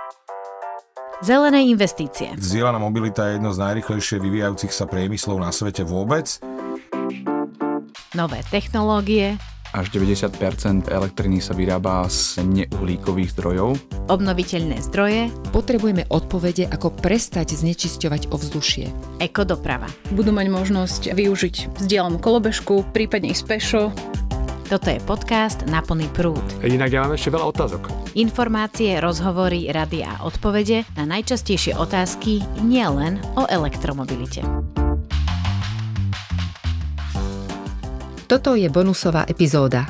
Zelené investície. Zdieľaná mobilita je jedno z najrýchlejšie vyvíjajúcich sa priemyslov na svete vôbec. Nové technológie. Až 90% elektriny sa vyrába z neuhlíkových zdrojov. Obnoviteľné zdroje. Potrebujeme odpovede, ako prestať znečisťovať ovzdušie. Ekodoprava. Budú mať možnosť využiť zdieľanú kolobežku, prípadne ísť pešo. Toto je podcast Na plný prúd. Inak ja mám ešte veľa otázok. Informácie, rozhovory, rady a odpovede na najčastejšie otázky nielen o elektromobilite. Toto je bonusová epizóda.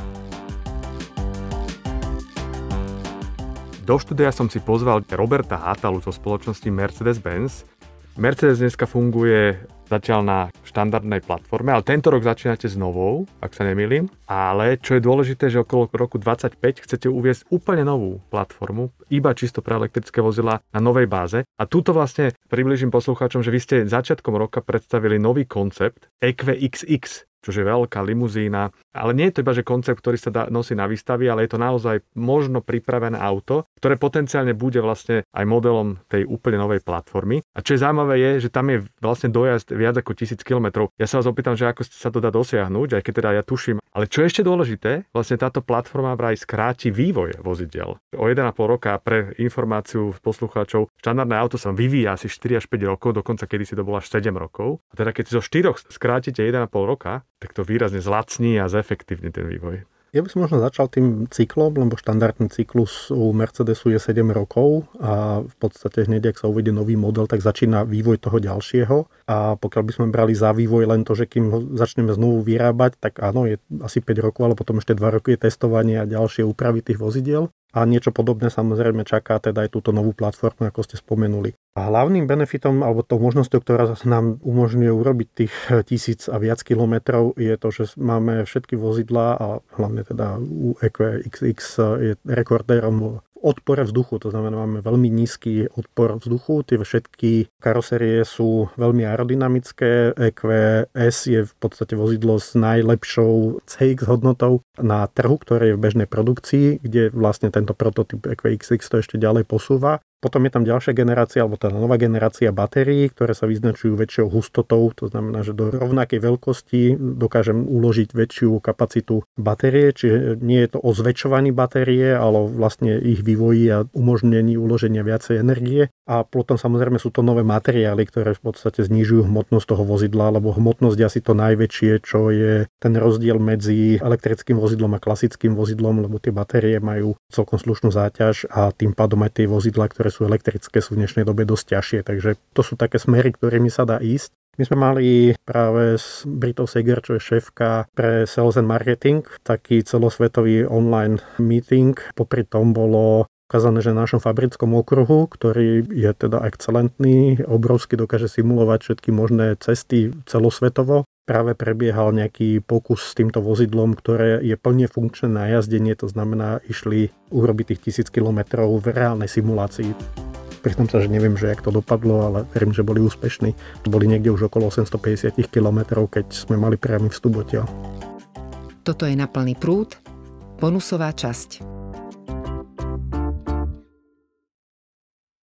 Do štúdia som si pozval Roberta Hátalu zo spoločnosti Mercedes-Benz. Mercedes dneska funguje zatiaľ na štandardnej platforme, ale tento rok začínate s novou, ak sa nemýlim. Ale čo je dôležité, že okolo roku 2025 chcete uviesť úplne novú platformu, iba čisto pre elektrické vozidlá na novej báze. A túto vlastne približím poslucháčom, že vy ste začiatkom roka predstavili nový koncept EQXX, čo je veľká limuzína. Ale nie je to iba, že koncept, ktorý sa nosí na výstavy, ale je to naozaj možno pripravené auto, ktoré potenciálne bude vlastne aj modelom tej úplne novej platformy. A čo je zaujímavé je, že tam je vlastne dojazd viac ako 1000 km. Ja sa vás opýtam, že ako sa to dá dosiahnuť, aj keď teda ja tuším. Ale čo je ešte dôležité, vlastne táto platforma vraj skráti vývoj vozidiel. O 1,5 roka, pre informáciu poslucháčov, štandardné auto sa vyvíja asi 4 až 5 rokov, dokonca kedysi to bolo až 7 rokov. A teda keď si zo 4 skrátite 1,5 roka, tak to výrazne zlacní a zefektívni ten vývoj. Ja by som možno začal tým cyklom, lebo štandardný cyklus u Mercedesu je 7 rokov a v podstate hneď, ak sa uvedie nový model, tak začína vývoj toho ďalšieho. A pokiaľ by sme brali za vývoj len to, že kým ho začneme znovu vyrábať, tak áno, je asi 5 rokov, ale potom ešte 2 roky je testovanie a ďalšie úpravy tých vozidiel. A niečo podobné samozrejme čaká teda aj túto novú platformu, ako ste spomenuli. A hlavným benefitom, alebo tou možnosťou, ktorá nám umožňuje urobiť tých 1000 a viac kilometrov, je to, že máme všetky vozidlá a hlavne teda u EQXX je rekordérom odpore vzduchu, to znamená, máme veľmi nízky odpor vzduchu, tie všetky karosérie sú veľmi aerodynamické, EQS je v podstate vozidlo s najlepšou CX hodnotou na trhu, ktoré je v bežnej produkcii, kde vlastne tento prototyp EQXX to ešte ďalej posúva. Potom je tam ďalšia generácia, alebo tá nová generácia batérií, ktoré sa vyznačujú väčšou hustotou, to znamená, že do rovnakej veľkosti dokážem uložiť väčšiu kapacitu batérie, čiže nie je to o zväčšovaní batérie, ale vlastne ich vývoji a umožnení uloženia viacej energie. A potom samozrejme sú to nové materiály, ktoré v podstate znižujú hmotnosť toho vozidla, lebo hmotnosť je asi to najväčšie, čo je ten rozdiel medzi elektrickým vozidlom a klasickým vozidlom, lebo tie batérie majú celkom slušnú záťaž a tým pádom aj tie vozidlá, ktoré sú elektrické, sú v dnešnej dobe dosť ťažšie, takže to sú také smery, ktorými sa dá ísť. My sme mali práve s Britou Seger, čo je šéfka pre Sales and Marketing, taký celosvetový online meeting. Popri tom bolo ukázané, že na našom fabrickom okruhu, ktorý je teda excelentný, obrovsky dokáže simulovať všetky možné cesty celosvetovo, práve prebiehal nejaký pokus s týmto vozidlom, ktoré je plne funkčné na jazdenie, to znamená, išli urobiť tých 1000 km v reálnej simulácii. Priznám sa, že neviem, že jak to dopadlo, ale verím, že boli úspešní. Boli niekde už okolo 850 km, keď sme mali priamy vstup odtiaľ. Toto je Na plný prúd, bonusová časť.